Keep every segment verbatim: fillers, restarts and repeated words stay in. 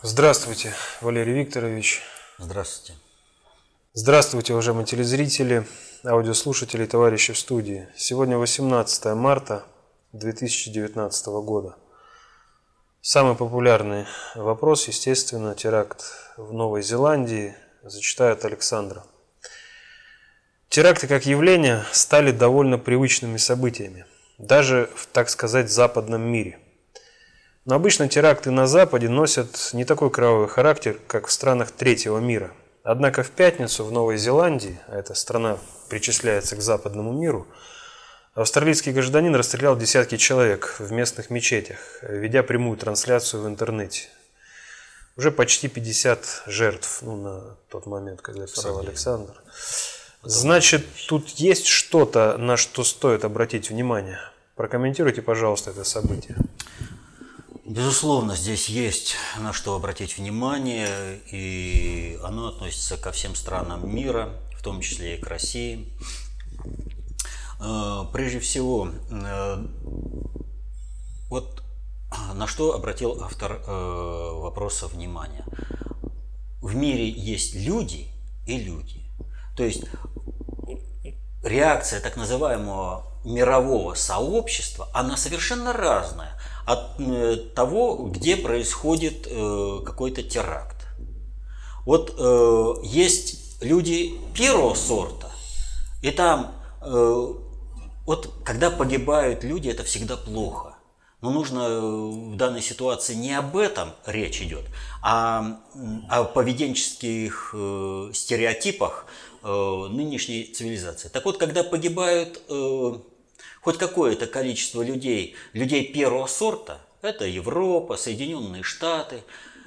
Здравствуйте, Валерий Викторович. Здравствуйте. Здравствуйте, уважаемые телезрители, аудиослушатели и товарищи в студии. Сегодня восемнадцатое марта две тысячи девятнадцатого года. Самый популярный вопрос, естественно, теракт в Новой Зеландии. Зачитаю от Александра. Теракты как явление стали довольно привычными событиями, даже в, так сказать, западном мире. Но обычно теракты на Западе носят не такой кровавый характер, как в странах третьего мира. Однако в пятницу в Новой Зеландии, а эта страна причисляется к западному миру, австралийский гражданин расстрелял десятки человек в местных мечетях, ведя прямую трансляцию в интернете. Уже почти пятьдесят жертв, ну, на тот момент, когда писал Александр. Значит, тут есть что-то, на что стоит обратить внимание. Прокомментируйте, пожалуйста, это событие. Безусловно, здесь есть на что обратить внимание, и оно относится ко всем странам мира, в том числе и к России. Прежде всего, вот на что обратил автор вопроса внимание. В мире есть люди и люди. То есть реакция так называемого мирового сообщества, она совершенно разная от того, где происходит какой-то теракт. Вот есть люди первого сорта, и там, вот когда погибают люди, это всегда плохо. Но нужно в данной ситуации не об этом речь идет, а о поведенческих стереотипах нынешней цивилизации. Так вот, когда погибают хоть какое-то количество людей, людей первого сорта, это Европа, Соединенные Штаты,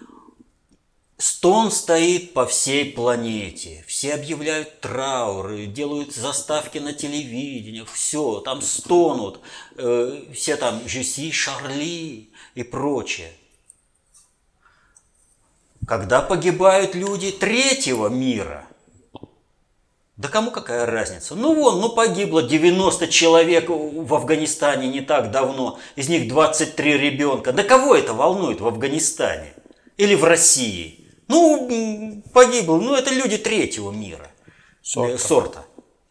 стон стоит по всей планете. Все объявляют трауры, делают заставки на телевидении, все, там стонут, э, все там «Je suis Charlie» и прочее. Когда погибают люди третьего мира, да кому какая разница? Ну вон, ну погибло девяносто человек в Афганистане не так давно, из них двадцать три ребенка. Да кого это волнует в Афганистане? Или в России? Ну, погибло, ну это люди третьего мира, сорта. сорта.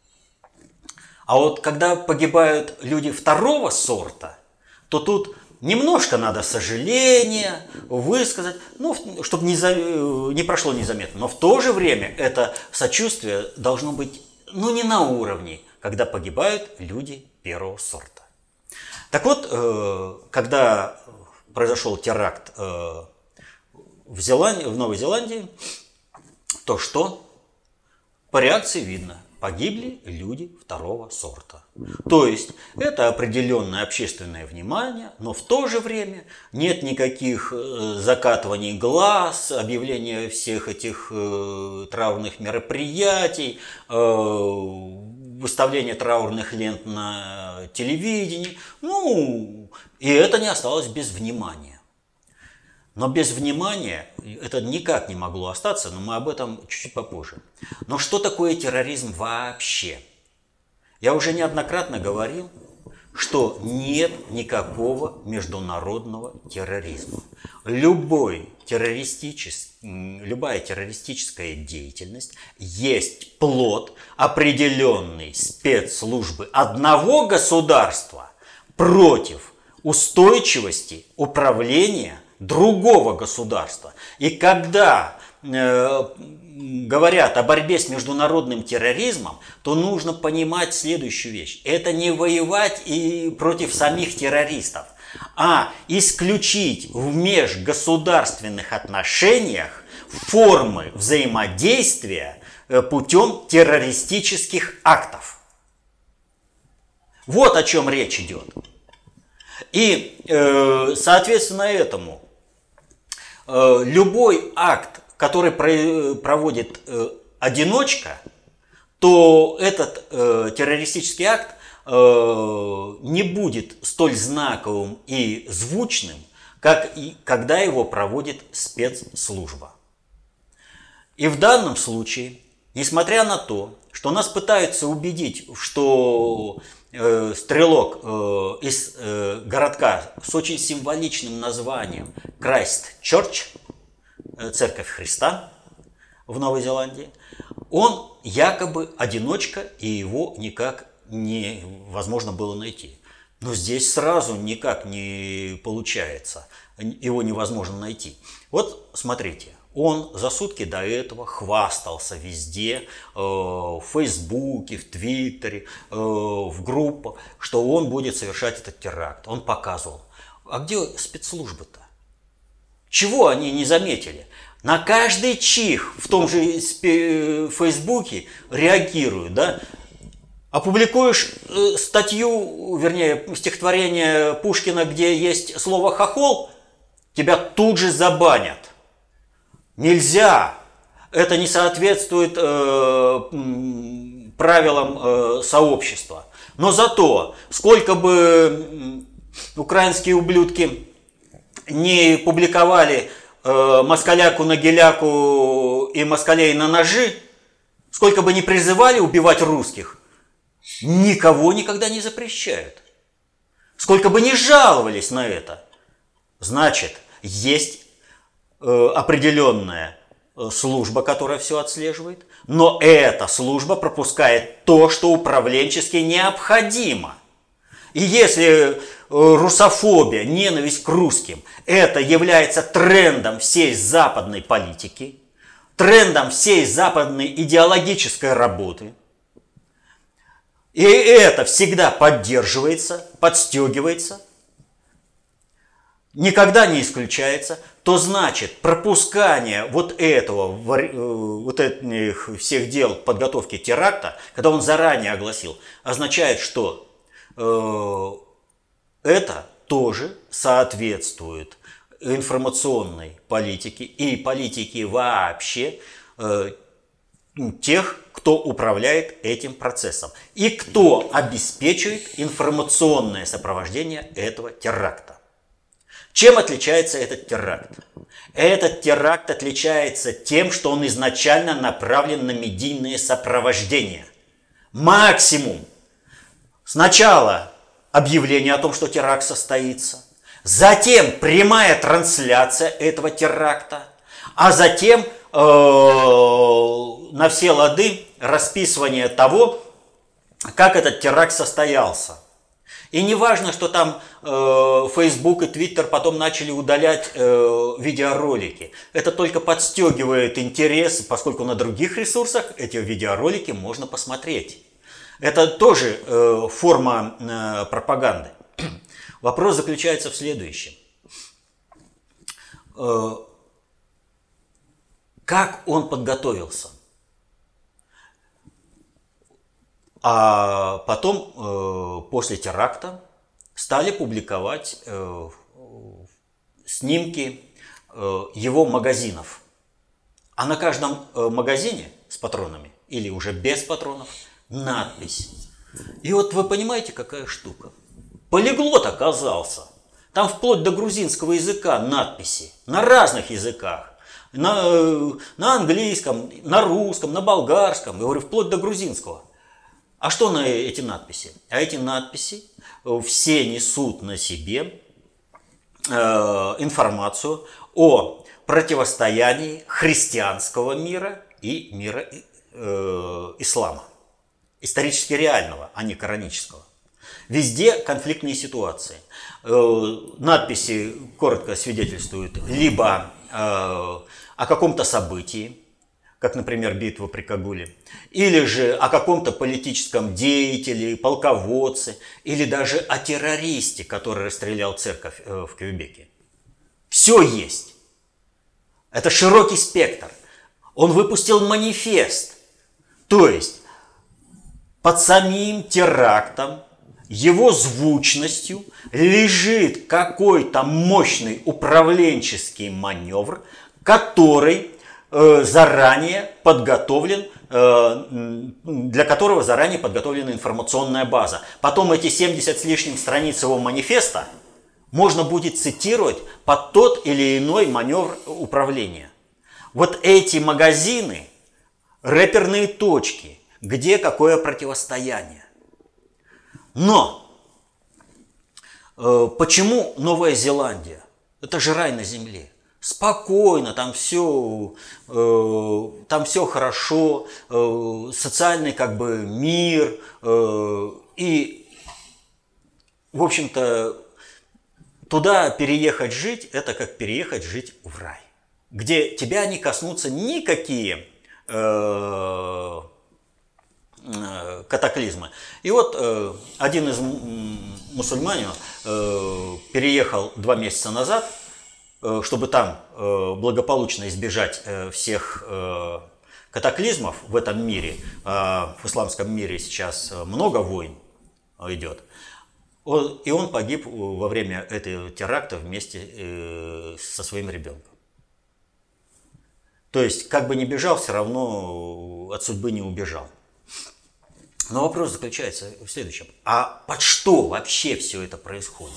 А вот когда погибают люди второго сорта, то тут немножко надо сожаления высказать, ну, чтобы не, за, не прошло незаметно. Но в то же время это сочувствие должно быть, ну, не на уровне, когда погибают люди первого сорта. Так вот, когда произошел теракт в, Зеландии, в Новой Зеландии, то что? По реакции видно. Погибли люди второго сорта. То есть это определенное общественное внимание, но в то же время нет никаких закатываний глаз, объявления всех этих траурных мероприятий, выставления траурных лент на телевидении. Ну, и это не осталось без внимания. Но без внимания это никак не могло остаться, но мы об этом чуть-чуть попозже. Но что такое терроризм вообще? Я уже неоднократно говорил, что нет никакого международного терроризма. Любой террористический, любая террористическая деятельность есть плод определенной спецслужбы одного государства против устойчивости управления другого государства. И когда э, говорят о борьбе с международным терроризмом, то нужно понимать следующую вещь. Это не воевать и против самих террористов, а исключить в межгосударственных отношениях формы взаимодействия путем террористических актов. Вот о чем речь идет. И, э, соответственно, этому э, любой акт, который про, проводит э, одиночка, то этот э, террористический акт э, не будет столь знаковым и звучным, как и когда его проводит спецслужба. И в данном случае, несмотря на то, что нас пытаются убедить, что э, стрелок э, из э, городка с очень символичным названием Крайстчерч, Церковь Христа в Новой Зеландии. Он якобы одиночка, и его никак невозможно было найти. Но здесь сразу никак не получается, его невозможно найти. Вот смотрите, он за сутки до этого хвастался везде, э, в Фейсбуке, в Твиттере, э, в группах, что он будет совершать этот теракт. Он показывал. А где спецслужбы-то? Чего они не заметили? На каждый чих в том же Фейсбуке реагируют, да? Опубликуешь э, статью, вернее, стихотворение Пушкина, где есть слово «хохол», тебя тут же забанят. Нельзя. Это не соответствует э, правилам э, сообщества. Но зато, сколько бы украинские ублюдки не публиковали э, москаляку на геляку и москалей на ножи, сколько бы не призывали убивать русских, никого никогда не запрещают. Сколько бы ни жаловались на это, значит, есть э, определенная служба, которая все отслеживает, но эта служба пропускает то, что управленчески необходимо. И если русофобия, ненависть к русским, это является трендом всей западной политики, трендом всей западной идеологической работы, и это всегда поддерживается, подстегивается, никогда не исключается, то значит пропускание вот этого, вот этих всех дел подготовки теракта, когда он заранее огласил, означает, что э, это тоже соответствует информационной политике и политике вообще э, тех, кто управляет этим процессом и кто обеспечивает информационное сопровождение этого теракта. Чем отличается этот теракт? Этот теракт отличается тем, что он изначально направлен на медийное сопровождение. Максимум. Сначала объявление о том, что теракт состоится, затем прямая трансляция этого теракта, а затем э, на все лады расписывание того, как этот теракт состоялся. И не важно, что там э, Facebook и Twitter потом начали удалять э, видеоролики. Это только подстегивает интерес, поскольку на других ресурсах эти видеоролики можно посмотреть. Это тоже э, форма э, пропаганды. Вопрос заключается в следующем. Э, как он подготовился? А потом, э, после теракта, стали публиковать э, снимки э, его магазинов. А на каждом э, магазине с патронами, или уже без патронов, надпись. И вот вы понимаете, какая штука? Полиглот оказался. Там вплоть до грузинского языка надписи. На разных языках. На, на английском, на русском, на болгарском. Я говорю, вплоть до грузинского. А что на эти надписи? А эти надписи все несут на себе э, информацию о противостоянии христианского мира и мира э, ислама. Исторически реального, а не коранического. Везде конфликтные ситуации. Э, надписи коротко свидетельствуют либо э, о каком-то событии, как, например, битва при Кагуле, или же о каком-то политическом деятеле, полководце, или даже о террористе, который расстрелял церковь в Квебеке. Все есть. Это широкий спектр. Он выпустил манифест. То есть под самим терактом, его звучностью лежит какой-то мощный управленческий маневр, который заранее подготовлен, для которого заранее подготовлена информационная база. Потом эти семьдесят с лишним страниц его манифеста можно будет цитировать под тот или иной маневр управления. Вот эти магазины, рэперные точки, где какое противостояние. Но почему Новая Зеландия? Это же рай на земле. спокойно, там все, э, там все хорошо, э, социальный как бы мир, э, и, в общем-то, туда переехать жить, это как переехать жить в рай, где тебя не коснутся никакие э, катаклизмы. И вот э, один из мусульманин э, переехал два месяца назад, э, чтобы там э, благополучно избежать э, всех э, катаклизмов в этом мире. Э, в исламском мире сейчас много войн идет. Он, и он погиб во время этого теракта вместе э, со своим ребенком. То есть, как бы ни бежал, все равно от судьбы не убежал. Но вопрос заключается в следующем. А под что вообще все это происходит?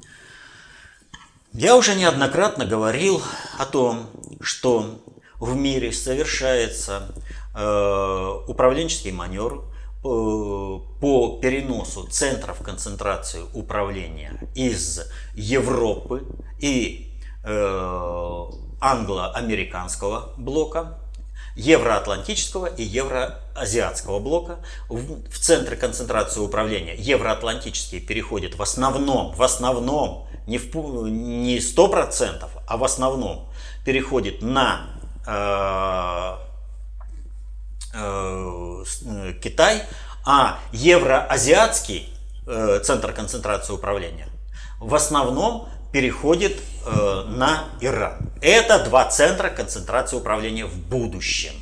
Я уже неоднократно говорил о том, что в мире совершается э, управленческий маневр э, по переносу центров концентрации управления из Европы и э, англо-американского блока, евроатлантического и евроазиатского блока. В центры концентрации управления евроатлантические переходят в основном, в основном, не, в, не сто процентов, а в основном переходит на э, э, Китай, а евроазиатский э, центр концентрации управления в основном переходит э, на Иран. Это два центра концентрации управления в будущем.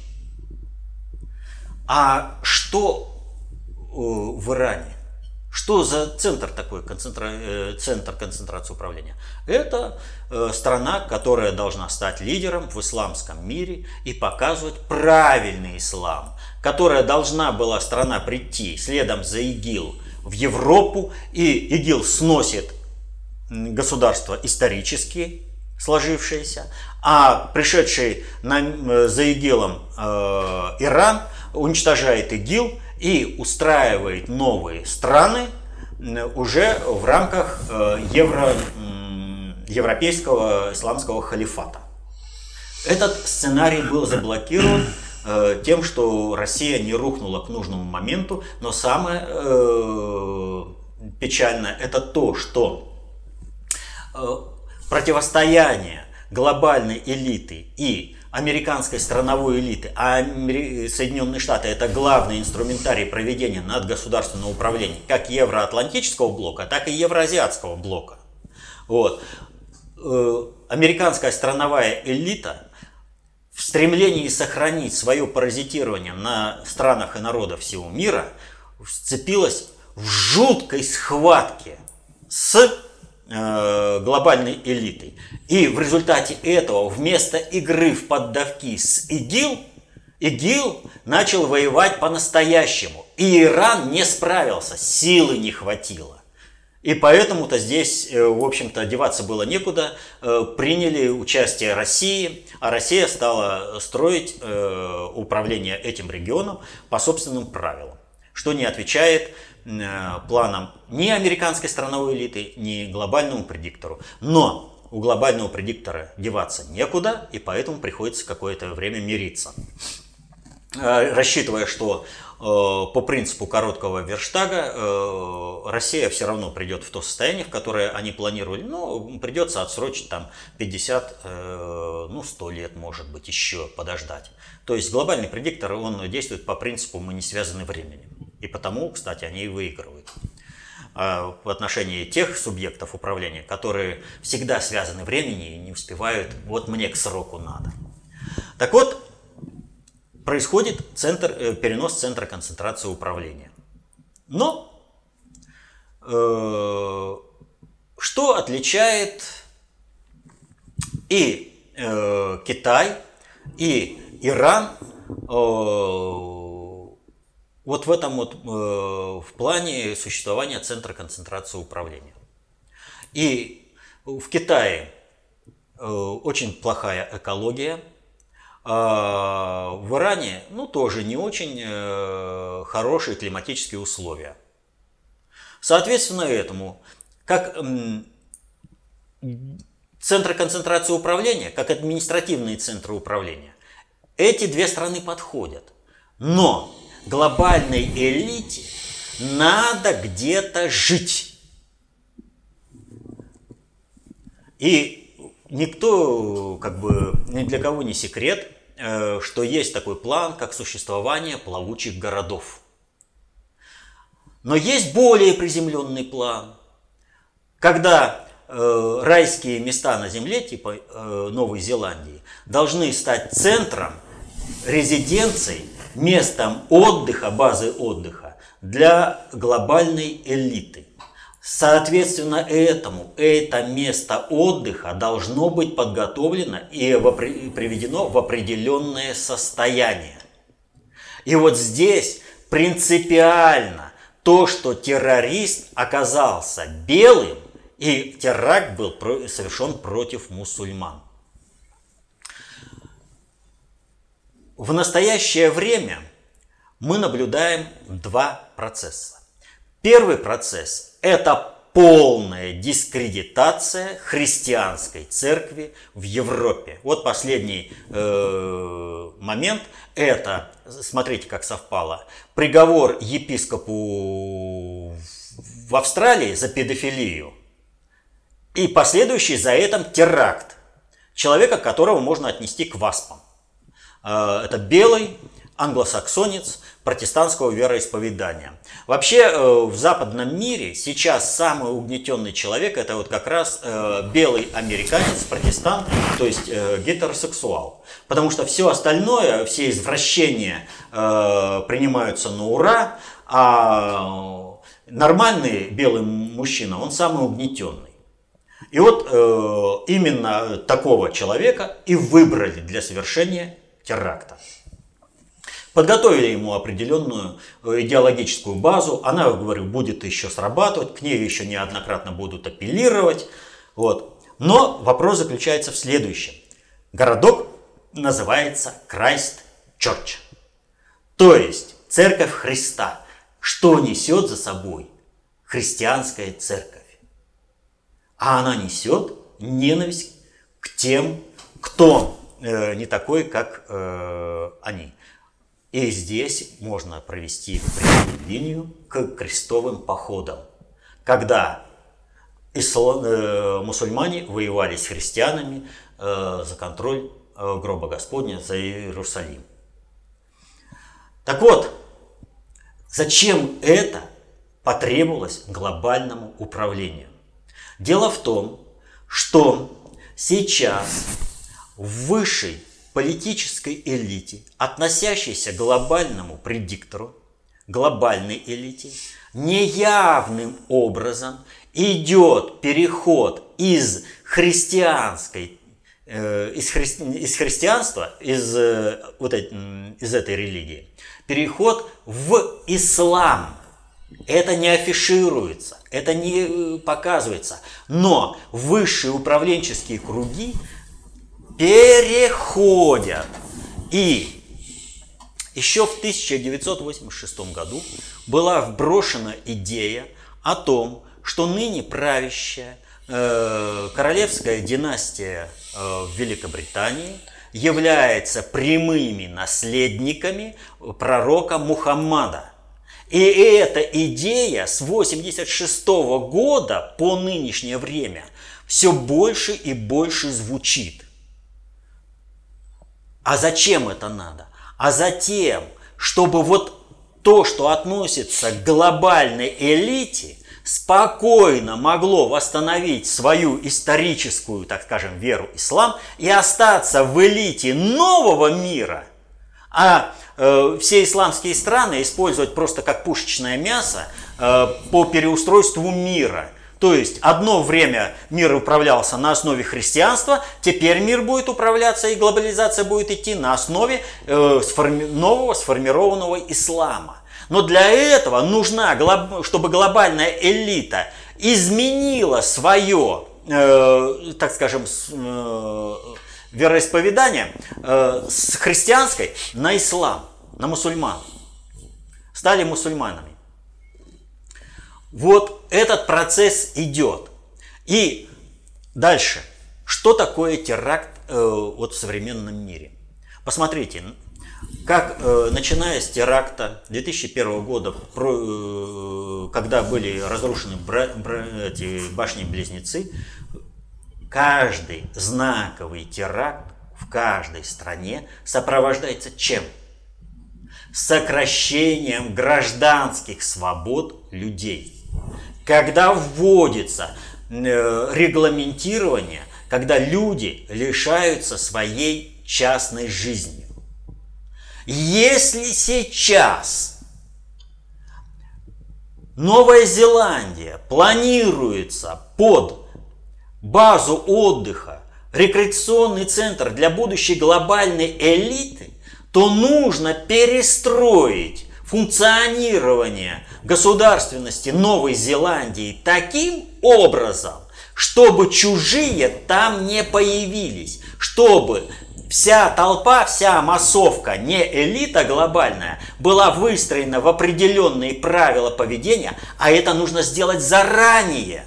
А что э, в Иране? Что за центр такой, концентра... э, центр концентрации управления? Это э, страна, которая должна стать лидером в исламском мире и показывать правильный ислам, которая должна была страна прийти следом за ИГИЛ в Европу, и ИГИЛ сносит государства исторически сложившиеся, а пришедший на, за ИГИЛом э, Иран уничтожает ИГИЛ и устраивает новые страны уже в рамках э, евро, э, европейского исламского халифата. Этот сценарий был заблокирован э, тем, что Россия не рухнула к нужному моменту, но самое э, печальное это то, что противостояние глобальной элиты и американской страновой элиты, а Соединенные Штаты это главный инструментарий проведения надгосударственного управления как евроатлантического блока, так и евроазиатского блока. Вот. Американская страновая элита в стремлении сохранить свое паразитирование на странах и народах всего мира сцепилась в жуткой схватке с глобальной элитой. И в результате этого вместо игры в поддавки с ИГИЛ, ИГИЛ начал воевать по-настоящему. И Иран не справился, силы не хватило. И поэтому-то здесь, в общем-то, деваться было некуда. Приняли участие России, а Россия стала строить управление этим регионом по собственным правилам, что не отвечает планам ни американской страновой элиты, ни глобальному предиктору. Но у глобального предиктора деваться некуда, и поэтому приходится какое-то время мириться. Рассчитывая, что по принципу короткого верштага Россия все равно придет в то состояние, в которое они планировали, но придется отсрочить там пятьдесят, ну сто лет, может быть, еще подождать. То есть глобальный предиктор, он действует по принципу «мы не связаны временем». И потому, кстати, они и выигрывают в отношении тех субъектов управления, которые всегда связаны временем и не успевают, вот мне к сроку надо. Так вот, происходит центр, перенос центра концентрации управления. Но э, что отличает и э, Китай, и Иран э, вот в этом вот, э, в плане существования центра концентрации управления. И в Китае э, очень плохая экология, а в Иране, ну, тоже не очень э, хорошие климатические условия. Соответственно этому, как э, центры концентрации управления, как административные центры управления, эти две страны подходят. Но глобальной элите надо где-то жить. И никто, как бы, ни для кого не секрет, что есть такой план, как существование плавучих городов. Но есть более приземленный план, когда э, райские места на земле, типа э, Новой Зеландии, должны стать центром, резиденцией, местом отдыха, базы отдыха для глобальной элиты. Соответственно, этому, это место отдыха должно быть подготовлено и приведено в определенное состояние. И вот здесь принципиально то, что террорист оказался белым, и теракт был совершен против мусульман. В настоящее время мы наблюдаем два процесса. Первый процесс – это полная дискредитация христианской церкви в Европе. Вот последний э, момент – это, смотрите, как совпало, приговор епископу в Австралии за педофилию и последующий за этим теракт человека, которого можно отнести к васпам. Э, это белый англосаксонец протестантского вероисповедания. Вообще в западном мире сейчас самый угнетенный человек — это вот как раз белый американец, протестант, то есть гетеросексуал. Потому что все остальное, все извращения принимаются на ура, а нормальный белый мужчина, он самый угнетенный. И вот именно такого человека и выбрали для совершения теракта. Подготовили ему определенную идеологическую базу. Она, говорю, будет еще срабатывать, к ней еще неоднократно будут апеллировать. Вот. Но вопрос заключается в следующем. Городок называется Крайстчерч. То есть Церковь Христа. Что несет за собой христианская церковь? А она несет ненависть к тем, кто э, не такой, как э, они. И здесь можно провести прямую линию к крестовым походам, когда ислам, э, мусульмане воевали с христианами э, за контроль э, гроба Господня, за Иерусалим. Так вот, зачем это потребовалось глобальному управлению? Дело в том, что сейчас в высшей политической элите, относящейся к глобальному предиктору, глобальной элите, неявным образом идет переход из христианской, э, из, хри, из христианства, из, э, вот этой, из этой религии, переход в ислам. Это не афишируется, это не показывается, но высшие управленческие круги переходят. И еще в тысяча девятьсот восемьдесят шестом году была вброшена идея о том, что ныне правящая э, королевская династия э, в Великобритании является прямыми наследниками пророка Мухаммада. И эта идея с восемьдесят шестого года по нынешнее время все больше и больше звучит. А зачем это надо? А затем, чтобы вот то, что относится к глобальной элите, спокойно могло восстановить свою историческую, так скажем, веру ислам и остаться в элите нового мира, а э, все исламские страны использовать просто как пушечное мясо э, по переустройству мира. То есть одно время мир управлялся на основе христианства, теперь мир будет управляться и глобализация будет идти на основе э, сформи- нового сформированного ислама. Но для этого нужна, чтобы глобальная элита изменила свое, э, так скажем, э, вероисповедание э, с христианской на ислам, на мусульман. Стали мусульманами. Вот этот процесс идет. И дальше, Что такое теракт э, вот в современном мире? Посмотрите, как э, начиная с теракта две тысячи первого года, про, э, когда были разрушены бра, бра, эти башни-близнецы, каждый знаковый теракт в каждой стране сопровождается чем? Сокращением гражданских свобод людей. Когда вводится э, регламентирование, когда люди лишаются своей частной жизни. Если сейчас Новая Зеландия планируется под базу отдыха, рекреационный центр для будущей глобальной элиты, то нужно перестроить функционирование государственности Новой Зеландии таким образом, чтобы чужие там не появились, чтобы вся толпа, вся массовка, не элита глобальная, была выстроена в определенные правила поведения, а это нужно сделать заранее.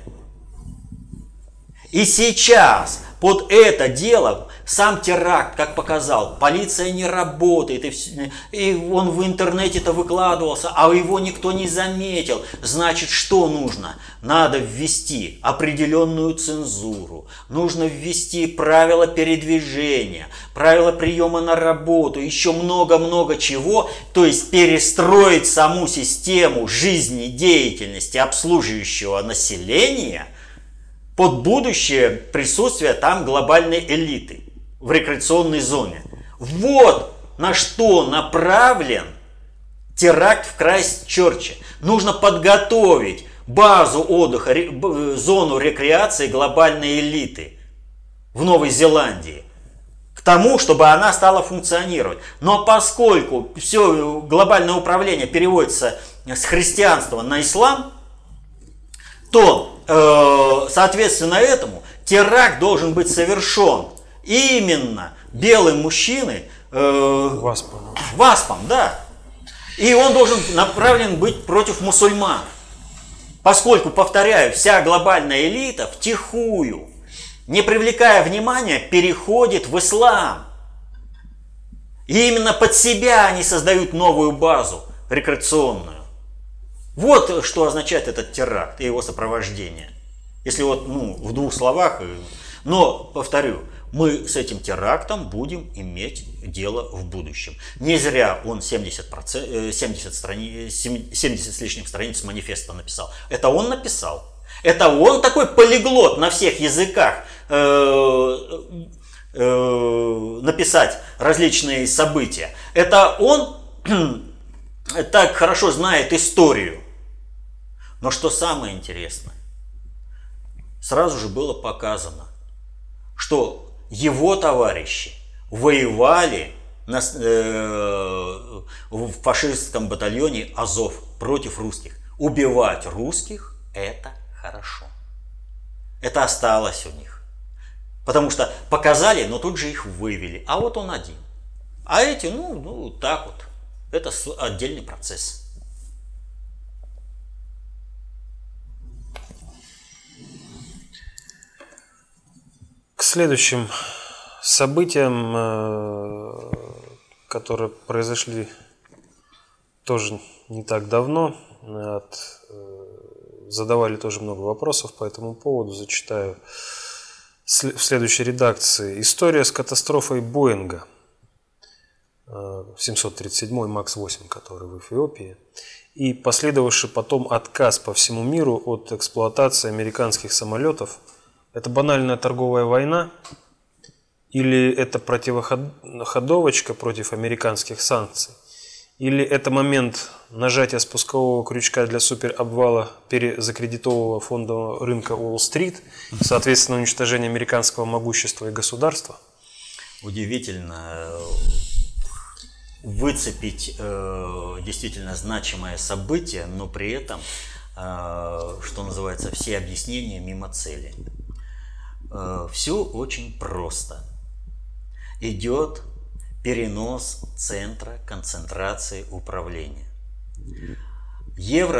И сейчас под это дело сам теракт, как показал, полиция не работает, и, все, и он в интернете-то выкладывался, а его никто не заметил. Значит, что нужно? Надо ввести определенную цензуру, нужно ввести правила передвижения, правила приема на работу, еще много-много чего, то есть перестроить саму систему жизнедеятельности обслуживающего населения под будущее присутствие там глобальной элиты в рекреационной зоне. Вот на что направлен теракт в Крайстчерче. Нужно подготовить базу отдыха, зону рекреации глобальной элиты в Новой Зеландии к тому, чтобы она стала функционировать. Но поскольку все глобальное управление переводится с христианства на ислам, то соответственно этому теракт должен быть совершен именно белым мужчиной э, Васпом. Васпом, да. И он должен направлен быть против мусульман. Поскольку, повторяю, вся глобальная элита втихую, не привлекая внимания, переходит в ислам. И именно под себя они создают новую базу рекреационную. Вот что означает этот теракт и его сопровождение. Если вот ну, в двух словах. Но, повторю, мы с этим терактом будем иметь дело в будущем. Не зря он семьдесят, семьдесят, страни, семьдесят с лишним страниц манифеста написал. Это он написал. Это он такой полиглот на всех языках э, э, написать различные события. Это он так хорошо знает историю. Но что самое интересное, сразу же было показано, что его товарищи воевали на, э, в фашистском батальоне Азов против русских. Убивать русских – это хорошо. Это осталось у них. Потому что показали, но тут же их вывели. А вот он один. А эти, ну, ну так вот. Это отдельный процесс. К следующим событиям, которые произошли тоже не так давно, от, задавали тоже много вопросов по этому поводу, зачитаю в следующей редакции. История с катастрофой Боинга семьсот тридцать седьмой макс восемь, который в Эфиопии, и последовавший потом отказ по всему миру от эксплуатации американских самолетов. Это банальная торговая война или это противоходовочка против американских санкций? Или это момент нажатия спускового крючка для суперобвала перезакредитованного фондового рынка Уолл-стрит, соответственно уничтожения американского могущества и государства? Удивительно выцепить э, действительно значимое событие, но при этом, э, что называется, все объяснения мимо цели. Э, все очень просто. Идет перенос центра концентрации управления.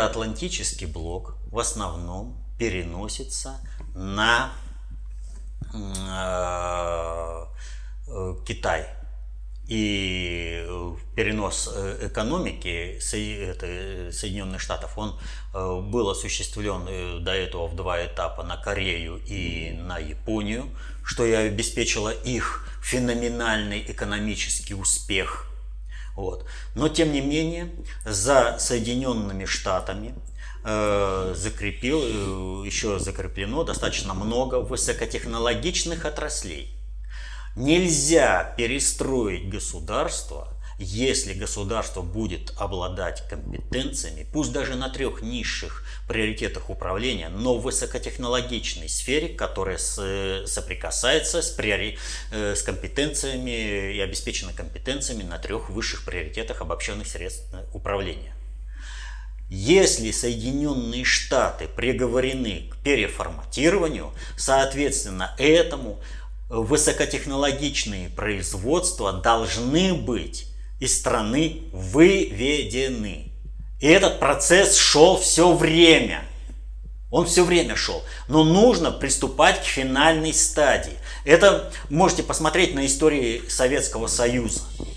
Евроатлантический блок в основном переносится на Китай и перенос экономики Соединенных Штатов, он был осуществлен до этого в два этапа на Корею и на Японию, что и обеспечило их феноменальный экономический успех. Вот. Но тем не менее за Соединенными Штатами э, закрепил, э, еще закреплено достаточно много высокотехнологичных отраслей. Нельзя перестроить государство, если государство будет обладать компетенциями, пусть даже на трех низших приоритетах управления, но в высокотехнологичной сфере, которая соприкасается с, приори... с компетенциями и обеспечена компетенциями на трех высших приоритетах обобщенных средств управления. Если Соединенные Штаты приговорены к переформатированию, соответственно, этому высокотехнологичные производства должны быть из страны выведены. И этот процесс шел все время. Он все время шел. Но нужно приступать к финальной стадии. Это можете посмотреть на истории Советского Союза.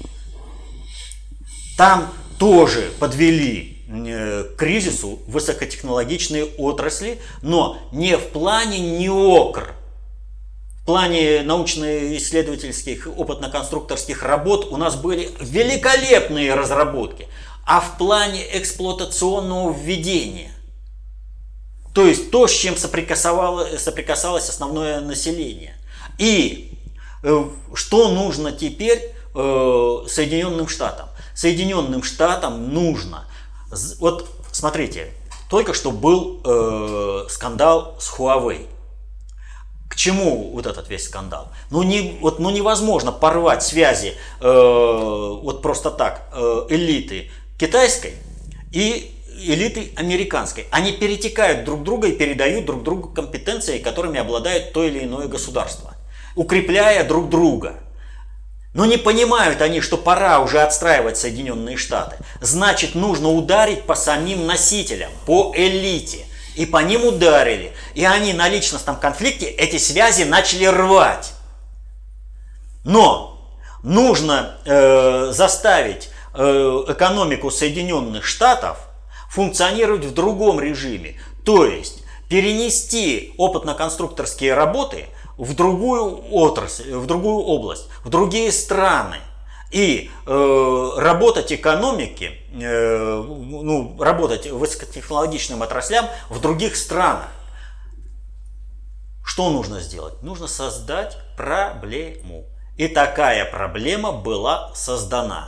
Там тоже подвели к кризису высокотехнологичные отрасли, но не в плане неокр. В плане научно-исследовательских, опытно-конструкторских работ у нас были великолепные разработки, а в плане эксплуатационного введения, то есть то, с чем соприкасалось, соприкасалось основное население. И э, что нужно теперь э, Соединенным Штатам? Соединенным Штатам нужно, вот смотрите, только что был э, скандал с Huawei. К чему вот этот весь скандал? Ну, не, вот, ну невозможно порвать связи э, вот просто так э, элиты китайской и элиты американской. Они перетекают друг друга и передают друг другу компетенции, которыми обладает то или иное государство, укрепляя друг друга. Но не понимают они, что пора уже отстраивать Соединенные Штаты. Значит, нужно ударить по самим носителям, по элите. И по ним ударили. И они на личностном конфликте эти связи начали рвать. Но нужно э, заставить э, экономику Соединенных Штатов функционировать в другом режиме. То есть перенести опытно-конструкторские работы в другую отрасль, в другую область, в другие страны. И э, работать экономике, э, ну, работать высокотехнологичным отраслям в других странах. Что нужно сделать? Нужно создать проблему. И такая проблема была создана.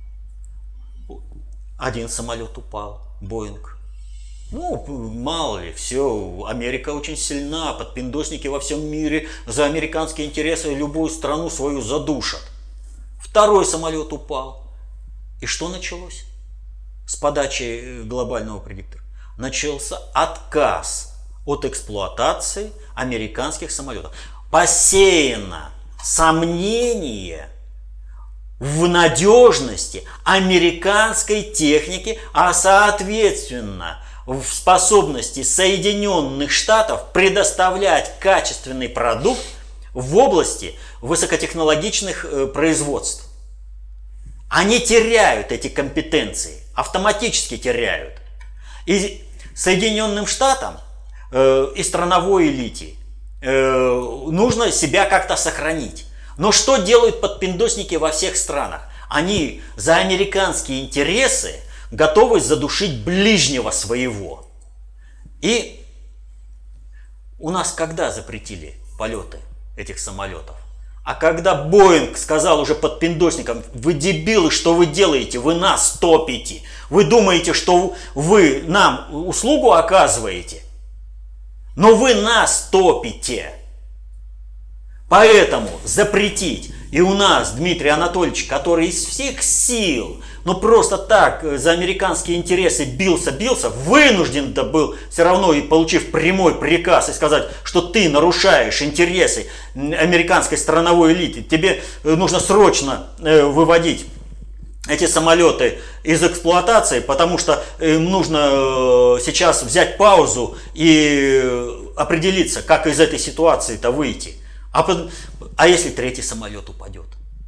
Один самолет упал, Боинг. Ну, мало ли, все, Америка очень сильна, подпиндосники во всем мире за американские интересы любую страну свою задушат. Второй самолет упал. И что началось с подачи глобального предиктора? Начался отказ от эксплуатации американских самолетов. Посеяно сомнение в надежности американской техники, а соответственно в способности Соединенных Штатов предоставлять качественный продукт в области высокотехнологичных э, производств. Они теряют эти компетенции, автоматически теряют. И Соединенным Штатам э, и страновой элите э, нужно себя как-то сохранить. Но что делают подпиндосники во всех странах? Они за американские интересы готовы задушить ближнего своего. И у нас когда запретили полеты этих самолетов? А когда Боинг сказал уже подпиндосникам: вы дебилы, что вы делаете, вы нас топите, вы думаете, что вы нам услугу оказываете, но вы нас топите. Поэтому запретить. И у нас Дмитрий Анатольевич, который из всех сил, ну просто так за американские интересы бился-бился, вынужден был все равно, и получив прямой приказ и сказать, что ты нарушаешь интересы американской страновой элиты, тебе нужно срочно выводить эти самолеты из эксплуатации, потому что им нужно сейчас взять паузу и определиться, как из этой ситуации-то выйти. А, под... а если третий самолет упадет?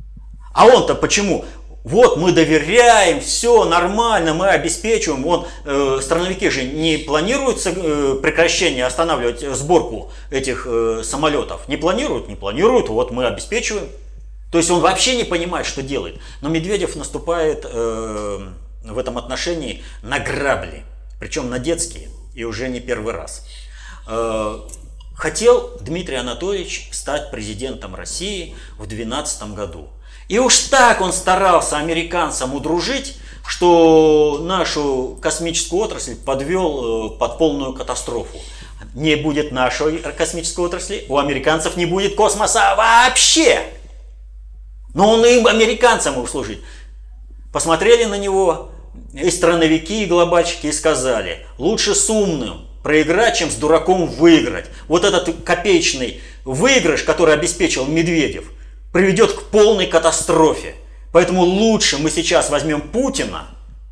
А он-то почему? Вот мы доверяем, все нормально, мы обеспечиваем. Вон, э, страновики же не планируют э, прекращение, останавливать сборку этих э, самолетов. Не планируют, не планируют, вот мы обеспечиваем. То есть он вообще не понимает, что делает. Но Медведев наступает э, в этом отношении на грабли, причем на детские, и уже не первый раз. Э, хотел Дмитрий Анатольевич стать президентом России в две тысячи двенадцатом году. И уж так он старался американцам удружить, что нашу космическую отрасль подвел под полную катастрофу. Не будет нашей космической отрасли, у американцев не будет космоса вообще. Но он им, американцам, услужит. Посмотрели на него и страновики, и глобальщики, и сказали: лучше с умным проиграть, чем с дураком выиграть. Вот этот копеечный выигрыш, который обеспечил Медведев, приведет к полной катастрофе. Поэтому лучше мы сейчас возьмем Путина,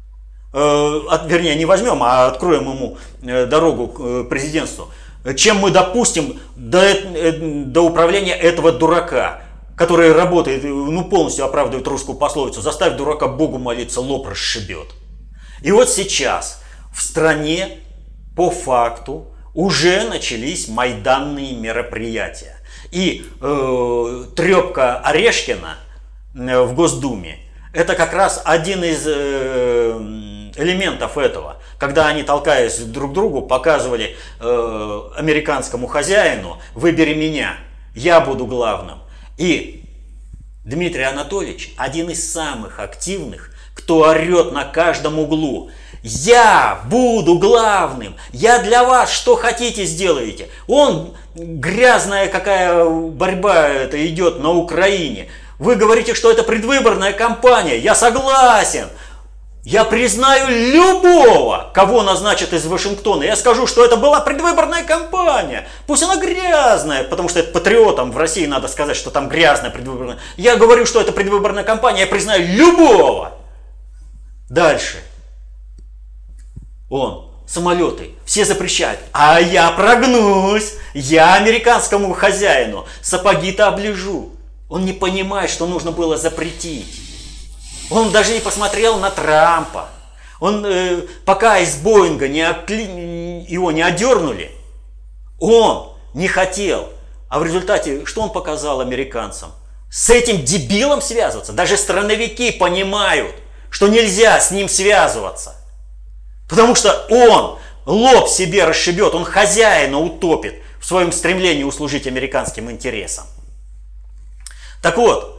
э, от, вернее, не возьмем, а откроем ему э, дорогу к э, президентству, чем мы допустим до, э, до управления этого дурака, который работает, ну, полностью оправдывает русскую пословицу: заставь дурака Богу молиться, лоб расшибет. И вот сейчас в стране по факту уже начались майданные мероприятия. И э, трепка Орешкина э, в Госдуме — это как раз один из э, элементов этого. Когда они, толкаясь друг к другу, показывали э, американскому хозяину: выбери меня, я буду главным. И Дмитрий Анатольевич один из самых активных, кто орет на каждом углу: я буду главным, я для вас что хотите сделаете. Он, грязная какая борьба это идет на Украине. Вы говорите, что это предвыборная кампания. Я согласен. Я признаю любого, кого назначат из Вашингтона. Я скажу, что это была предвыборная кампания. Пусть она грязная, потому что это патриотам в России надо сказать, что там грязная предвыборная. Я говорю, что это предвыборная кампания. Я признаю любого. Дальше. Он, самолеты, все запрещают. А я прогнусь, я американскому хозяину сапоги-то оближу. Он не понимает, что нужно было запретить. Он даже не посмотрел на Трампа. Он, э, пока из Боинга не отли... его не одернули, он не хотел. А в результате, что он показал американцам? С этим дебилом связываться. Даже страновики понимают, что нельзя с ним связываться. Потому что он лоб себе расшибет, он хозяина утопит в своем стремлении услужить американским интересам. Так вот,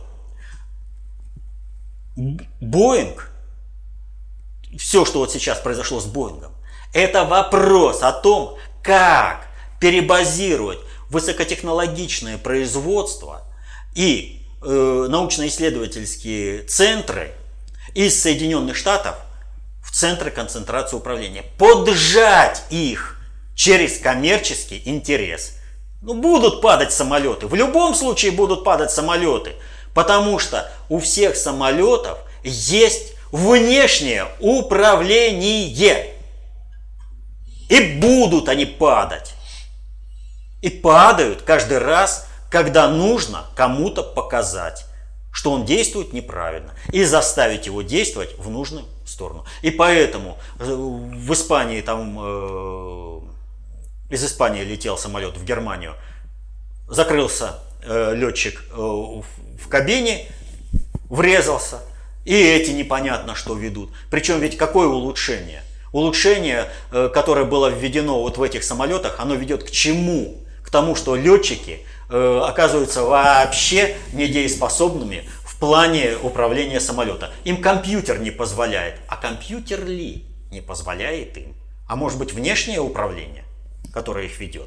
Боинг, все, что вот сейчас произошло с Боингом, это вопрос о том, как перебазировать высокотехнологичное производство и э, научно-исследовательские центры из Соединенных Штатов в центры концентрации управления. Поджать их через коммерческий интерес. Ну, будут падать самолеты. В любом случае будут падать самолеты. Потому что у всех самолетов есть внешнее управление. И будут они падать. И падают каждый раз, когда нужно кому-то показать, что он действует неправильно, и заставить его действовать в нужную сторону. И поэтому в Испании, там, э, из Испании летел самолет в Германию, закрылся э, летчик э, в, в кабине, врезался, и эти непонятно что ведут. Причем ведь какое улучшение? Улучшение, э, которое было введено вот в этих самолетах, оно ведет к чему? К тому, что летчики э, оказываются вообще недееспособными в плане управления самолета. Им компьютер не позволяет. А компьютер ли не позволяет им? А может быть, внешнее управление, которое их ведет?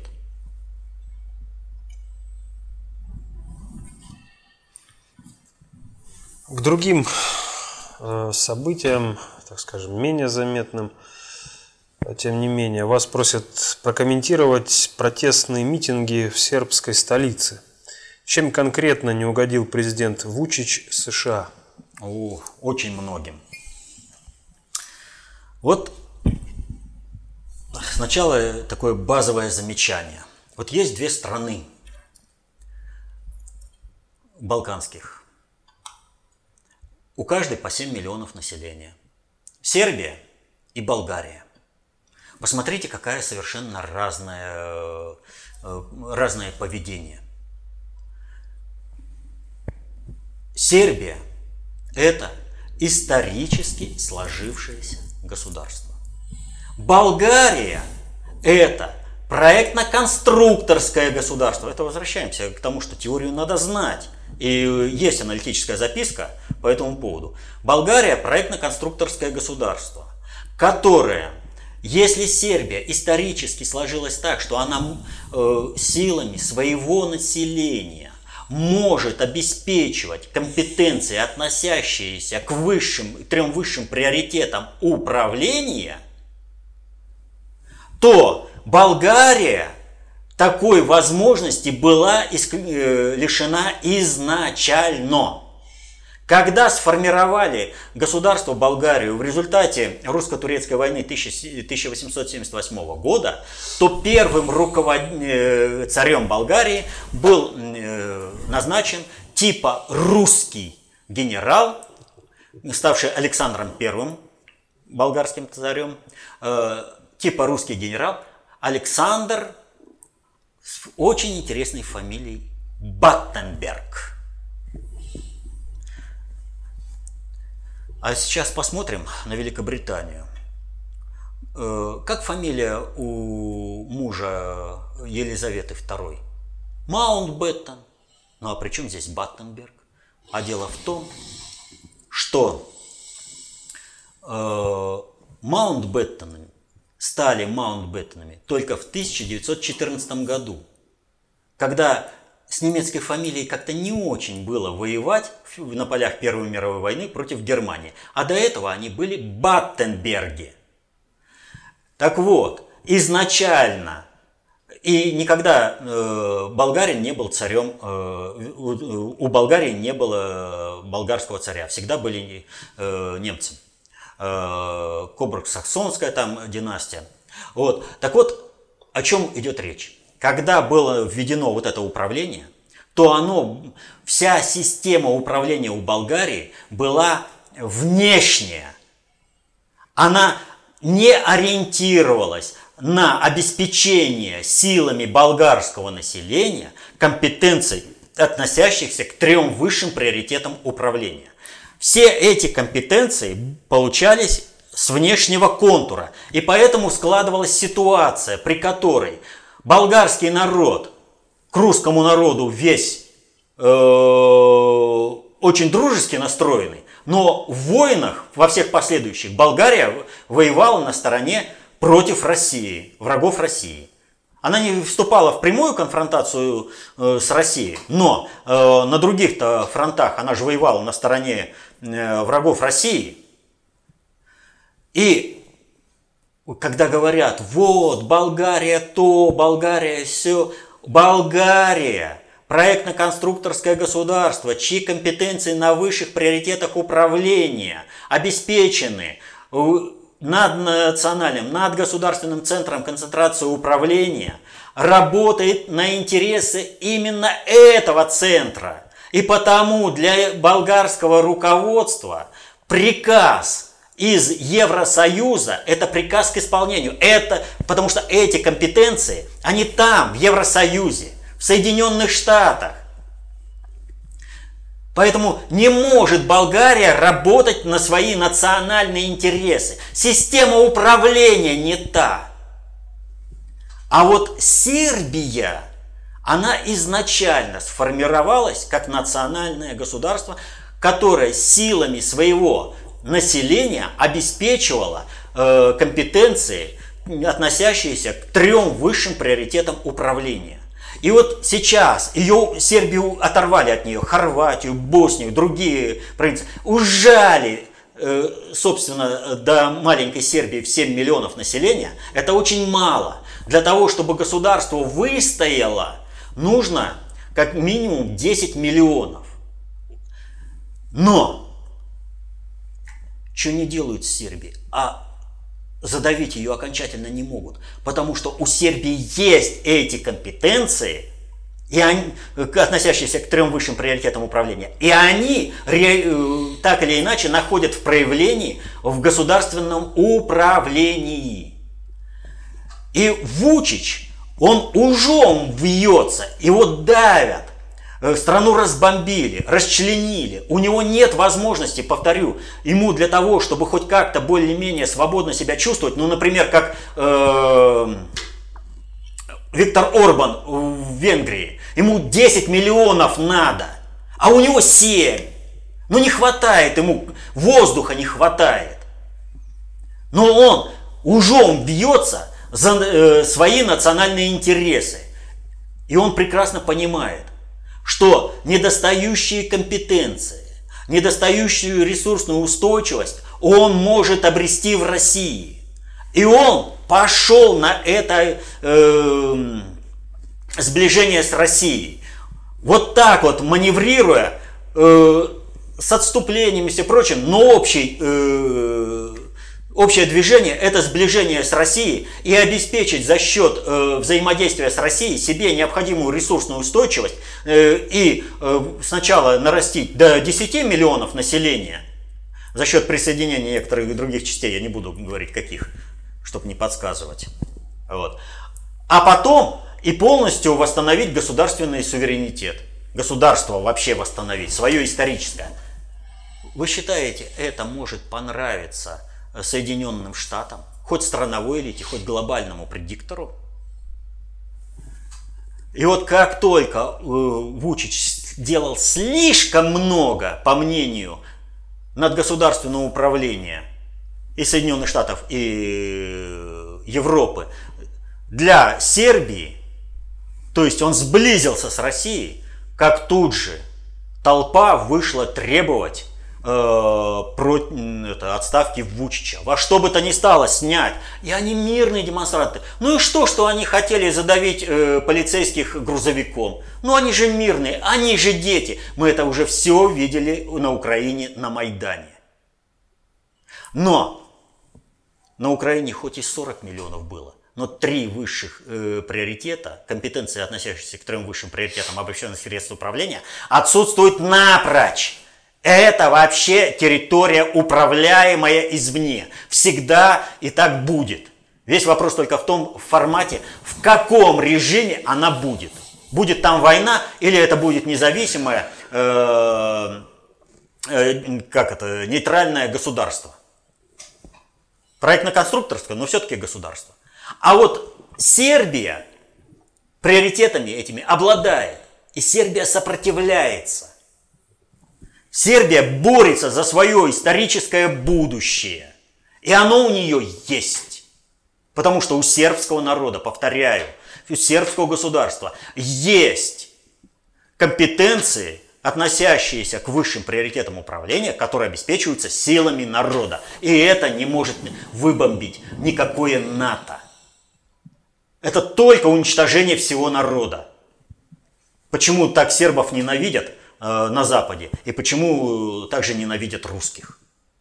К другим э, событиям, так скажем, менее заметным, тем не менее, вас просят прокомментировать протестные митинги в сербской столице. Чем конкретно не угодил президент Вучич США? О, очень многим. Вот сначала такое базовое замечание. Вот есть две страны. балканских. У каждой по семь миллионов населения. Сербия и Болгария. Посмотрите, какая совершенно разная, разное поведение. Сербия – это исторически сложившееся государство. Болгария – это проектно-конструкторское государство. Это возвращаемся к тому, что теорию надо знать. И есть аналитическая записка по этому поводу. Болгария – проектно-конструкторское государство, которое, если Сербия исторически сложилась так, что она э, силами своего населения может обеспечивать компетенции, относящиеся к высшим, трем высшим приоритетам управления, то Болгария такой возможности была лишена изначально. Когда сформировали государство Болгарию в результате русско-турецкой войны тысяча восемьсот семьдесят восьмого года, то первым руковод... царем Болгарии был назначен типа русский генерал, ставший Александром Первым, болгарским царем, типа русский генерал Александр с очень интересной фамилией Баттенберг. А сейчас посмотрим на Великобританию. Как фамилия у мужа Елизаветы Второй? Маунтбеттен. Ну а при чем здесь Баттенберг? А дело в том, что э, Маунтбеттенами стали Маунтбеттенами только в тысяча девятьсот четырнадцатом году, когда с немецкой фамилией как-то не очень было воевать на полях Первой мировой войны против Германии. А до этого они были Баттенберги. Так вот, изначально, и никогда э, болгарин не был царем, э, у, у Болгарии не было болгарского царя, всегда были э, немцы. Э, Кобург-Саксонская там династия. Вот. Так вот, о чем идет речь? Когда было введено вот это управление, то оно, вся система управления у Болгарии была внешняя. Она не ориентировалась на обеспечение силами болгарского населения компетенций, относящихся к трем высшим приоритетам управления. Все эти компетенции получались с внешнего контура, и поэтому складывалась ситуация, при которой болгарский народ к русскому народу весь э, очень дружески настроенный, но в войнах, во всех последующих, Болгария воевала на стороне против России, врагов России. Она не вступала в прямую конфронтацию э, с Россией, но э, на других-то фронтах она же воевала на стороне э, врагов России. И когда говорят, вот, Болгария то, Болгария все, Болгария – проектно-конструкторское государство, чьи компетенции на высших приоритетах управления обеспечены наднациональным, надгосударственным центром концентрации управления, работает на интересы именно этого центра. И потому для болгарского руководства приказ из Евросоюза – это приказ к исполнению. Это потому что эти компетенции, они там, в Евросоюзе, в Соединенных Штатах. Поэтому не может Болгария работать на свои национальные интересы. Система управления не та. А вот Сербия, она изначально сформировалась как национальное государство, которое силами своего населения обеспечивало э, компетенции, относящиеся к трем высшим приоритетам управления. И вот сейчас ее, Сербию оторвали от нее, Хорватию, Боснию, другие провинции, ужали, э, собственно, до маленькой Сербии в семь миллионов населения. Это очень мало. Для того, чтобы государство выстояло, нужно как минимум десять миллионов. Но что не делают в Сербии? А задавить ее окончательно не могут. Потому что у Сербии есть эти компетенции, и они, относящиеся к трем высшим приоритетам управления. И они так или иначе находят в проявлении в государственном управлении. И Вучич, он ужом вьется, его давят. Страну разбомбили, расчленили. У него нет возможности, повторю, ему для того, чтобы хоть как-то более-менее свободно себя чувствовать, ну, например, как э, Виктор Орбан в Венгрии, ему десять миллионов надо, а у него семь. Ну, не хватает ему, воздуха не хватает. Но он ужом бьется за э, свои национальные интересы. И он прекрасно понимает, что недостающие компетенции, недостающую ресурсную устойчивость он может обрести в России. И он пошел на это э, сближение с Россией. Вот так вот маневрируя э, с отступлениями и все прочим, но общий, э, общее движение – это сближение с Россией, и обеспечить за счет э, взаимодействия с Россией себе необходимую ресурсную устойчивость э, и э, сначала нарастить до десяти миллионов населения за счет присоединения некоторых других частей, я не буду говорить каких, чтобы не подсказывать. Вот. А потом и полностью восстановить государственный суверенитет. Государство вообще восстановить, свое историческое. Вы считаете, это может понравиться Соединенным Штатам, хоть страновой элите, хоть глобальному предиктору? И вот как только э, Вучич делал слишком много, по мнению надгосударственного управления и Соединенных Штатов, и Европы, для Сербии, то есть он сблизился с Россией, как тут же толпа вышла требовать э, про, это, отставки Вучича. Во что бы то ни стало снять. И они мирные демонстранты. Ну и что, что они хотели задавить э, полицейских грузовиком? Ну они же мирные, они же дети. Мы это уже все видели на Украине, на Майдане. Но на Украине хоть и сорок миллионов было, но три высших э, приоритета, компетенции, относящиеся к трем высшим приоритетам обобщенных средств управления, отсутствуют напрочь. Это вообще территория, управляемая извне. Всегда и так будет. Весь вопрос только в том в формате, в каком режиме она будет. Будет там война или это будет независимое, э, э, как это, нейтральное государство. Проектно-конструкторское, но все-таки государство. А вот Сербия приоритетами этими обладает. И Сербия сопротивляется. Сербия борется за свое историческое будущее. И оно у нее есть. Потому что у сербского народа, повторяю, у сербского государства есть компетенции, относящиеся к высшим приоритетам управления, которые обеспечиваются силами народа. И это не может выбомбить никакое НАТО. Это только уничтожение всего народа. Почему так сербов ненавидят э, на Западе? И почему также ненавидят русских?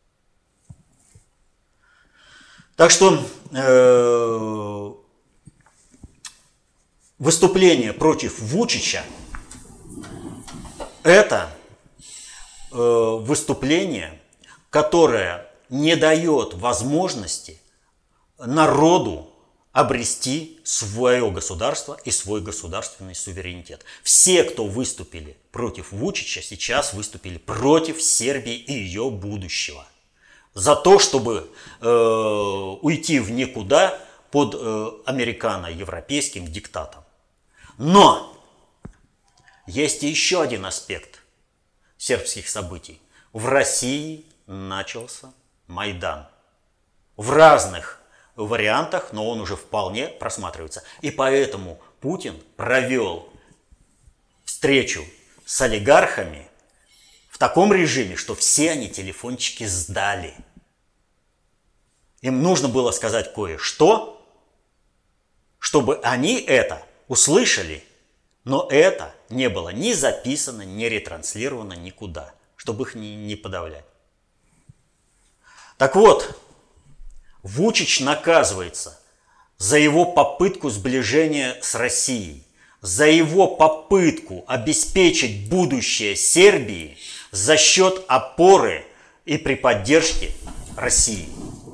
Так что э, выступление против Вучича это э, выступление, которое не дает возможности народу обрести свое государство и свой государственный суверенитет. Все, кто выступили против Вучича, сейчас выступили против Сербии и ее будущего. За то, чтобы э, уйти в никуда под э, американо-европейским диктатом. Но есть еще один аспект сербских событий. В России начался Майдан. В разных вариантах, но он уже вполне просматривается. И поэтому Путин провел встречу с олигархами в таком режиме, что все они телефончики сдали. Им нужно было сказать кое-что, чтобы они это услышали, но это не было ни записано, ни ретранслировано никуда, чтобы их не, не подавлять. Так вот, Вучич наказывается за его попытку сближения с Россией, за его попытку обеспечить будущее Сербии за счет опоры и при поддержке России.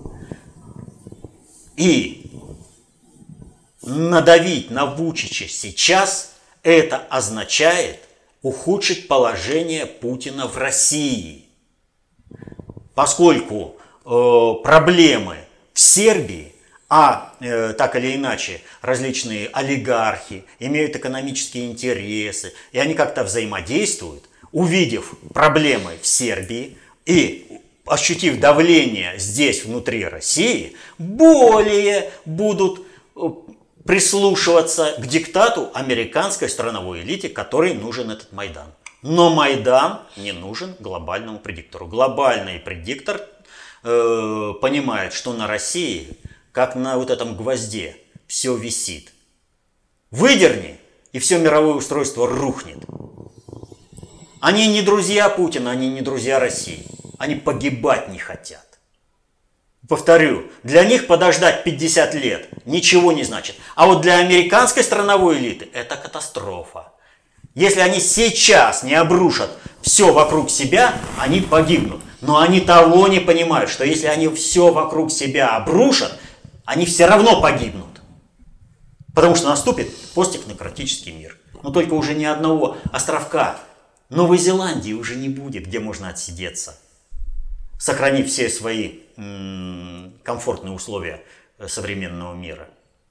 И надавить на Вучича сейчас – это означает ухудшить положение Путина в России. Поскольку э, проблемы в Сербии, а э, так или иначе различные олигархи имеют экономические интересы, и они как-то взаимодействуют, увидев проблемы в Сербии и ощутив давление здесь, внутри России, более будут прислушиваться к диктату американской страновой элите, которой нужен этот Майдан. Но Майдан не нужен глобальному предиктору. Глобальный предиктор э, понимает, что на России, как на вот этом гвозде, все висит. Выдерни, и все мировое устройство рухнет. Они не друзья Путина, они не друзья России. Они погибать не хотят. Повторю, для них подождать пятьдесят лет ничего не значит. А вот для американской страновой элиты это катастрофа. Если они сейчас не обрушат все вокруг себя, они погибнут. Но они того не понимают, что если они все вокруг себя обрушат, они все равно погибнут. Потому что наступит посттехнократический мир. Но только уже ни одного островка Новой Зеландии уже не будет, где можно отсидеться, сохранив все свои м- комфортные условия современного мира.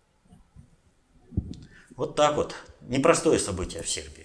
Вот так вот. Непростое событие в Сербии.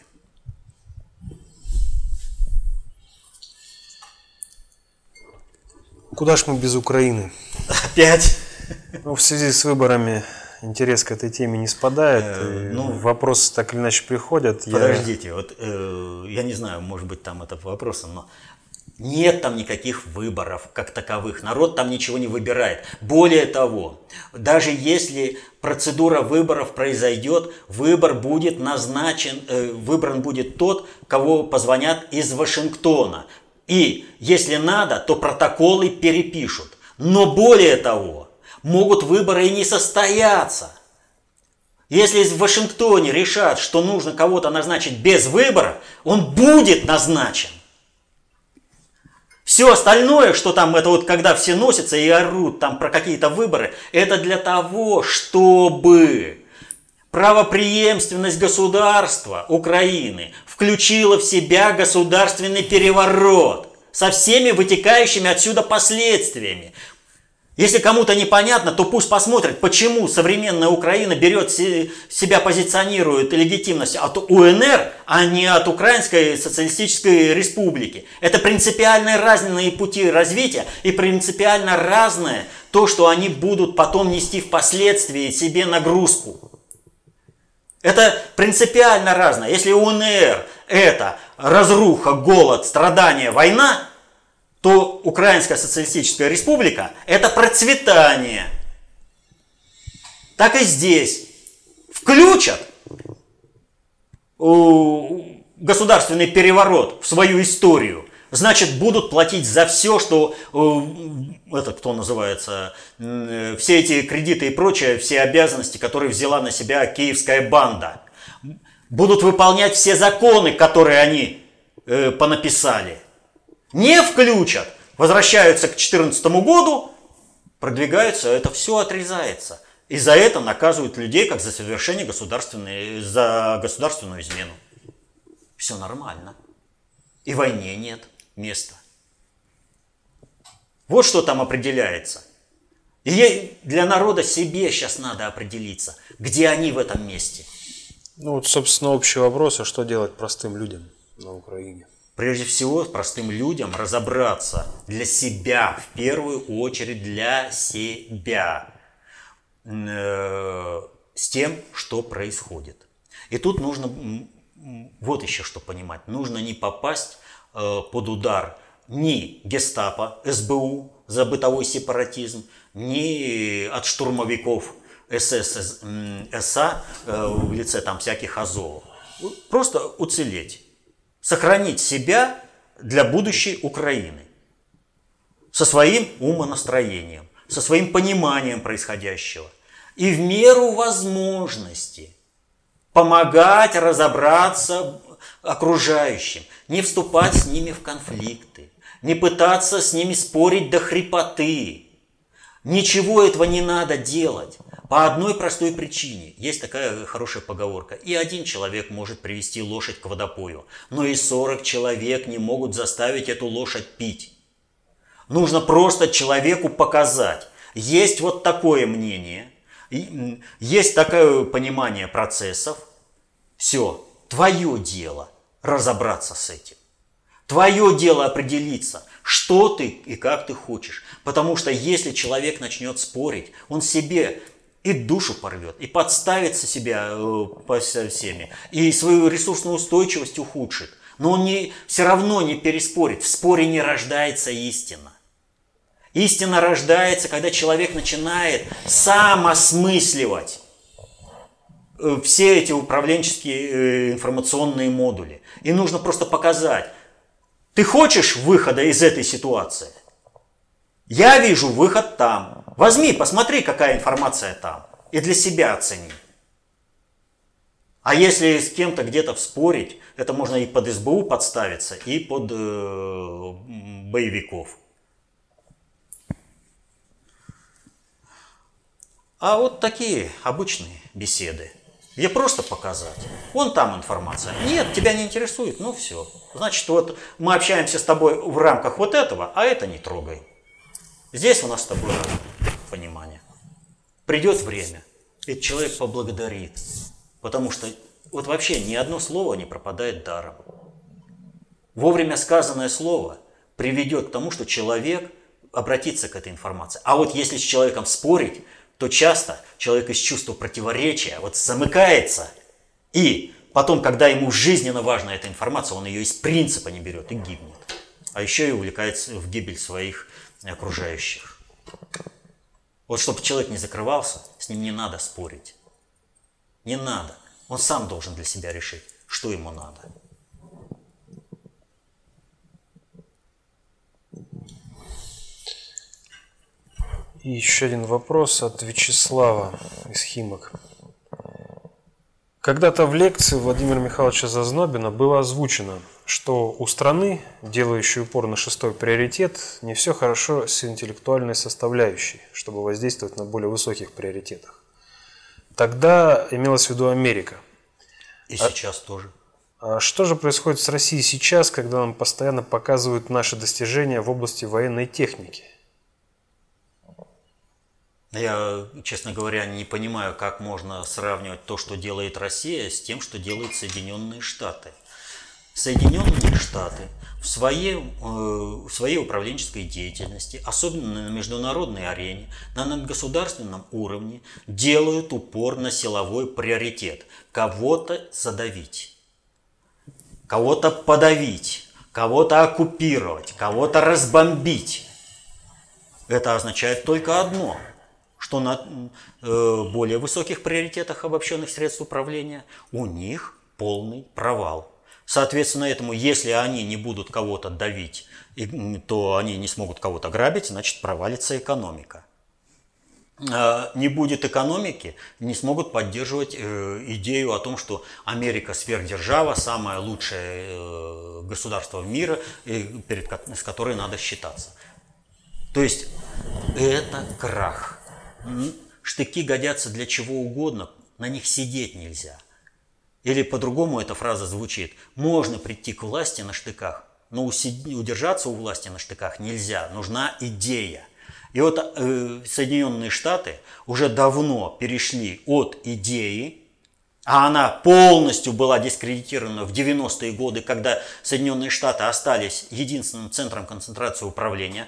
Куда ж мы без Украины? Опять? Ну, в связи с выборами интерес к этой теме не спадает. Э, ну, вопросы так или иначе приходят. Подождите, я... вот э, я не знаю, может быть там это вопросом, но нет там никаких выборов как таковых. Народ там ничего не выбирает. Более того, даже если процедура выборов произойдет, выбор будет назначен, э, выбран будет тот, кого позвонят из Вашингтона. И если надо, то протоколы перепишут. Но более того, могут выборы и не состояться. Если в Вашингтоне решат, что нужно кого-то назначить без выборов, он будет назначен. Все остальное, что там, это вот когда все носятся и орут там про какие-то выборы, это для того, чтобы правопреемственность государства Украины включила в себя государственный переворот со всеми вытекающими отсюда последствиями. Если кому-то непонятно, то пусть посмотрит, почему современная Украина берет себя, позиционирует легитимность от УНР, а не от Украинской социалистической республики. Это принципиально разные пути развития и принципиально разное то, что они будут потом нести впоследствии себе нагрузку. Это принципиально разное. Если УНР это разруха, голод, страдания, война, то Украинская социалистическая республика – это процветание. Так и здесь. Включат государственный переворот в свою историю, значит, будут платить за все, что, это кто называется, все эти кредиты и прочее, все обязанности, которые взяла на себя киевская банда. Будут выполнять все законы, которые они понаписали. Не включат, возвращаются к две тысячи четырнадцатому году, продвигаются, это все отрезается. И за это наказывают людей, как за совершение государственной, за государственную измену. Все нормально. И войне нет места. Вот что там определяется. И для народа себе сейчас надо определиться, где они в этом месте. Ну вот, собственно, общий вопрос, а что делать простым людям на Украине? Прежде всего, простым людям разобраться для себя, в первую очередь для себя, э, с тем, что происходит. И тут нужно, вот еще что понимать, нужно не попасть э, под удар ни гестапо, эс бэ у за бытовой сепаратизм, ни от штурмовиков эс эс эс а э, в лице там всяких Азовов. Просто уцелеть. Сохранить себя для будущей Украины. Со своим умонастроением, со своим пониманием происходящего. И в меру возможности помогать разобраться окружающим, не вступать с ними в конфликты, не пытаться с ними спорить до хрипоты. Ничего этого не надо делать. По одной простой причине. Есть такая хорошая поговорка. И один человек может привести лошадь к водопою, но и сорок человек не могут заставить эту лошадь пить. Нужно просто человеку показать. Есть вот такое мнение, есть такое понимание процессов. Все, твое дело разобраться с этим. Твое дело определиться, что ты и как ты хочешь. Потому что если человек начнет спорить, он себе и душу порвет, и подставится себя э, по всеми, и свою ресурсную устойчивость ухудшит. Но он не, все равно не переспорит. В споре не рождается истина. Истина рождается, когда человек начинает сам осмысливать э, все эти управленческие э, информационные модули. И нужно просто показать, ты хочешь выхода из этой ситуации? Я вижу выход там. Возьми, посмотри, какая информация там. И для себя оцени. А если с кем-то где-то вспорить, это можно и под эс бэ у подставиться, и под э, боевиков. А вот такие обычные беседы. Где просто показать. Вон там информация. Нет, тебя не интересует, ну все. Значит, вот мы общаемся с тобой в рамках вот этого, а это не трогай. Здесь у нас с тобой понимание. Придет время, и человек поблагодарит. Потому что вот вообще ни одно слово не пропадает даром. Вовремя сказанное слово приведет к тому, что человек обратится к этой информации. А вот если с человеком спорить, то часто человек из чувства противоречия вот замыкается. И потом, когда ему жизненно важна эта информация, он ее из принципа не берет и гибнет. А еще и увлекается в гибель своих окружающих. Вот чтобы человек не закрывался, с ним не надо спорить. Не надо. Он сам должен для себя решить, что ему надо. И еще один вопрос от Вячеслава из Химок. Когда-то в лекции Владимира Михайловича Зазнобина было озвучено, что у страны, делающей упор на шестой приоритет, не все хорошо с интеллектуальной составляющей, чтобы воздействовать на более высоких приоритетах. Тогда имелось в виду Америка. И сейчас а, тоже. А что же происходит с Россией сейчас, когда нам постоянно показывают наши достижения в области военной техники? Я, честно говоря, не понимаю, как можно сравнивать то, что делает Россия, с тем, что делают Соединенные Штаты. Соединенные Штаты в своей, в своей управленческой деятельности, особенно на международной арене, на надгосударственном уровне, делают упор на силовой приоритет. Кого-то задавить, кого-то подавить, кого-то оккупировать, кого-то разбомбить. Это означает только одно – что на э, более высоких приоритетах обобщенных средств управления у них полный провал. Соответственно, этому, если они не будут кого-то давить, и, то они не смогут кого-то грабить, значит провалится экономика. Э, не будет экономики, не смогут поддерживать э, идею о том, что Америка сверхдержава, самое лучшее э, государство мира, э, перед, с которой надо считаться. То есть это крах. Штыки годятся для чего угодно, на них сидеть нельзя. Или по-другому эта фраза звучит: можно прийти к власти на штыках, но удержаться у власти на штыках нельзя, нужна идея. И вот э, Соединенные Штаты уже давно перешли от идеи, а она полностью была дискредитирована в девяностые годы, когда Соединенные Штаты остались единственным центром концентрации управления.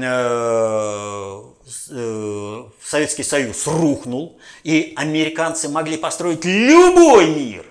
Советский Союз рухнул, и американцы могли построить любой мир,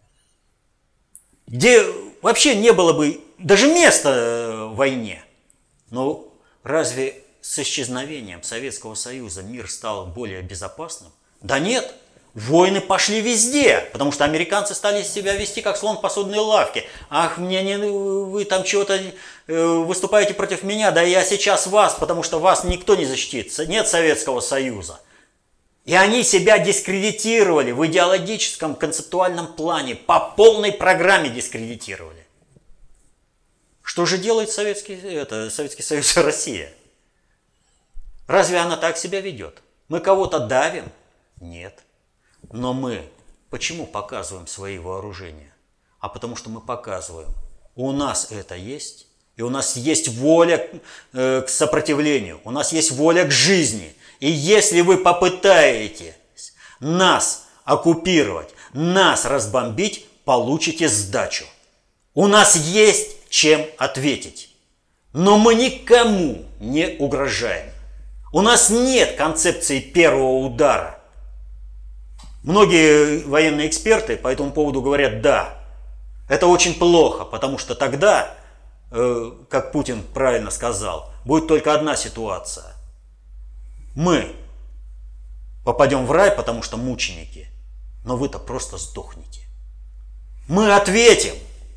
где вообще не было бы даже места в войне. Но разве с исчезновением Советского Союза мир стал более безопасным? Да нет. Войны пошли везде, потому что американцы стали себя вести как слон в посудной лавке. Ах, мне не, вы там чего-то э, выступаете против меня, да я сейчас вас, потому что вас никто не защитит. Нет Советского Союза. И они себя дискредитировали в идеологическом, концептуальном плане, по полной программе дискредитировали. Что же делает Советский, это, Советский Союз и Россия? Разве она так себя ведет? Мы кого-то давим? Нет. Но мы почему показываем свои вооружения? А потому что мы показываем, у нас это есть, и у нас есть воля к сопротивлению, у нас есть воля к жизни. И если вы попытаетесь нас оккупировать, нас разбомбить, получите сдачу. У нас есть чем ответить. Но мы никому не угрожаем. У нас нет концепции первого удара. Многие военные эксперты по этому поводу говорят: да, это очень плохо, потому что тогда, э, как Путин правильно сказал, будет только одна ситуация. Мы попадем в рай, потому что мученики, но вы-то просто сдохнете. Мы ответим.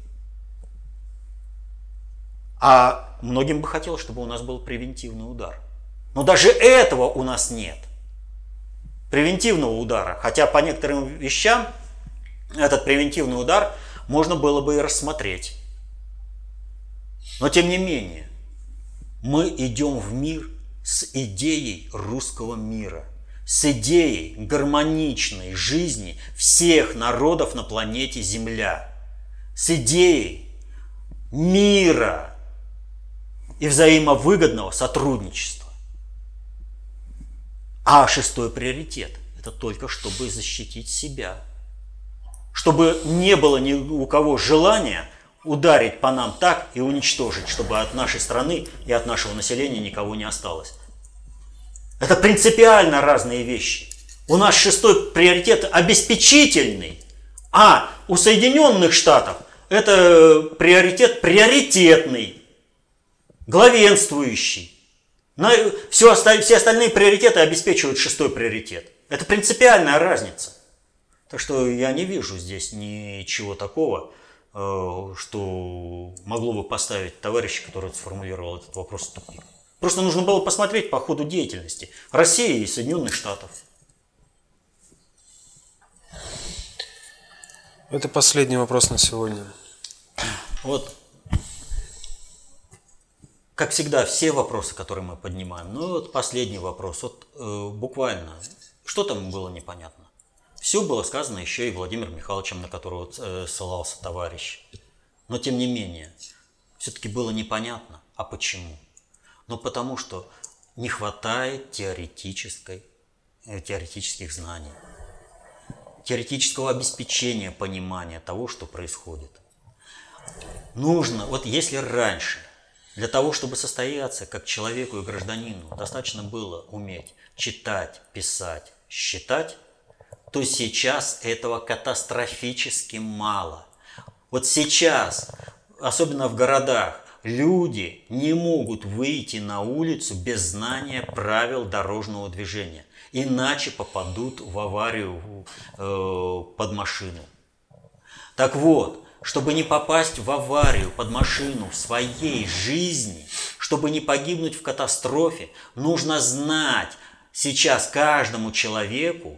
А многим бы хотелось, чтобы у нас был превентивный удар. Но даже этого у нас нет. Превентивного удара. Хотя по некоторым вещам этот превентивный удар можно было бы и рассмотреть. Но тем не менее, мы идем в мир с идеей русского мира, с идеей гармоничной жизни всех народов на планете Земля, с идеей мира и взаимовыгодного сотрудничества. А шестой приоритет – это только чтобы защитить себя, чтобы не было ни у кого желания ударить по нам так и уничтожить, чтобы от нашей страны и от нашего населения никого не осталось. Это принципиально разные вещи. У нас шестой приоритет обеспечительный, а у Соединенных Штатов это приоритет приоритетный, главенствующий. Все, остальные, все остальные приоритеты обеспечивают шестой приоритет. Это принципиальная разница. Так что я не вижу здесь ничего такого, что могло бы поставить товарища, который сформулировал этот вопрос, в тупик. Просто нужно было посмотреть по ходу деятельности России и Соединенных Штатов. Это последний вопрос на сегодня. Вот, как всегда, все вопросы, которые мы поднимаем. Ну вот последний вопрос. Вот э, буквально, что там было непонятно? Все было сказано еще и Владимиром Михайловичем, на которого э, ссылался товарищ. Но тем не менее, все-таки было непонятно. А почему? Ну потому что не хватает теоретической, э, теоретических знаний, теоретического обеспечения понимания того, что происходит. Нужно, вот если раньше для того, чтобы состояться как человеку и гражданину, достаточно было уметь читать, писать, считать, то сейчас этого катастрофически мало. Вот сейчас, особенно в городах, люди не могут выйти на улицу без знания правил дорожного движения, иначе попадут в аварию э, под машину. Так вот, чтобы не попасть в аварию под машину в своей жизни, чтобы не погибнуть в катастрофе, нужно знать сейчас каждому человеку,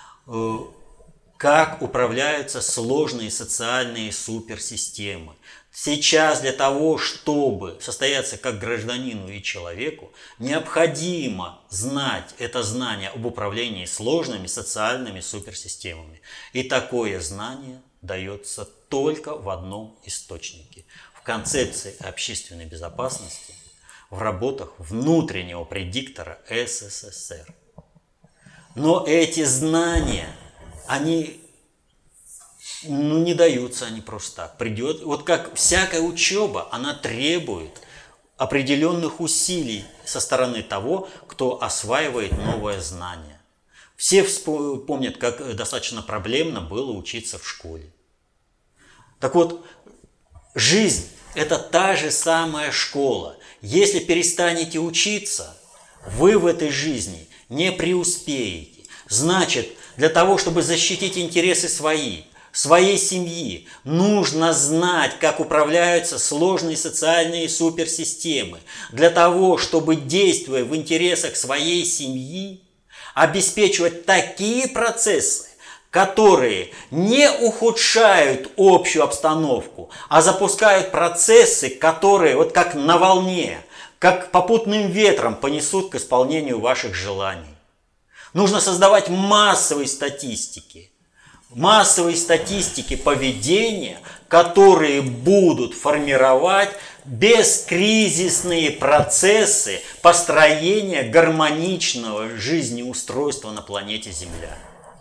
как управляются сложные социальные суперсистемы. Сейчас для того, чтобы состояться как гражданину и человеку, необходимо знать это знание об управлении сложными социальными суперсистемами. И такое знание дается только в одном источнике. В концепции общественной безопасности, в работах внутреннего предиктора СССР. Но эти знания, они ну, не даются они просто так. Придет, вот как всякая учеба, она требует определенных усилий со стороны того, кто осваивает новое знание. Все помнят, как достаточно проблемно было учиться в школе. Так вот, жизнь – это та же самая школа. Если перестанете учиться, вы в этой жизни не преуспеете. Значит, для того, чтобы защитить интересы свои, своей семьи, нужно знать, как управляются сложные социальные суперсистемы. Для того, чтобы, действуя в интересах своей семьи, обеспечивать такие процессы, которые не ухудшают общую обстановку, а запускают процессы, которые вот как на волне, как попутным ветром понесут к исполнению ваших желаний. Нужно создавать массовые статистики, массовые статистики поведения, которые будут формировать бескризисные процессы построения гармоничного жизнеустройства на планете Земля.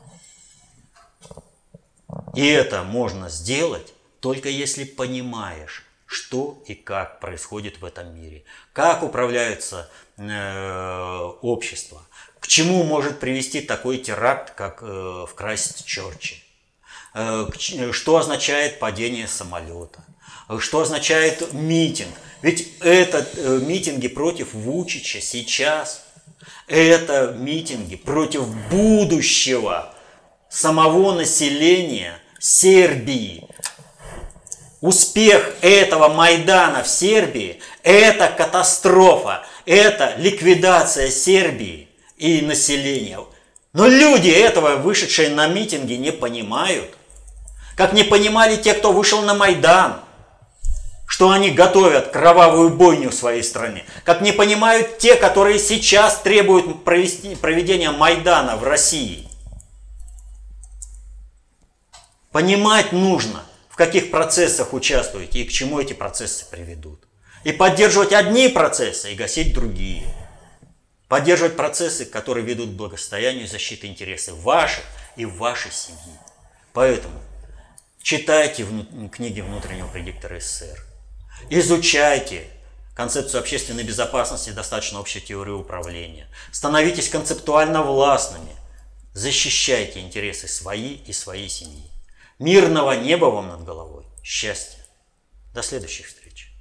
И это можно сделать только если понимаешь, что и как происходит в этом мире, как управляются э, общества, к чему может привести такой теракт, как э, в Крайстчерче, э, что означает падение самолета, что означает митинг. Ведь это э, митинги против Вучича сейчас, это митинги против будущего самого населения Сербии. Успех этого Майдана в Сербии – это катастрофа, это ликвидация Сербии и населения. Но люди этого, вышедшие на митинги, не понимают. Как не понимали те, кто вышел на Майдан, что они готовят кровавую бойню в своей стране. Как не понимают те, которые сейчас требуют провести, проведения Майдана в России. Понимать нужно, в каких процессах участвуете и к чему эти процессы приведут. И поддерживать одни процессы и гасить другие. Поддерживать процессы, которые ведут к благосостоянию и защите интересов ваших и вашей семьи. Поэтому читайте вну- книги внутреннего предиктора СССР. Изучайте концепцию общественной безопасности, достаточно общей теории управления. Становитесь концептуально властными. Защищайте интересы свои и своей семьи. Мирного неба вам над головой. Счастья. До следующих встреч.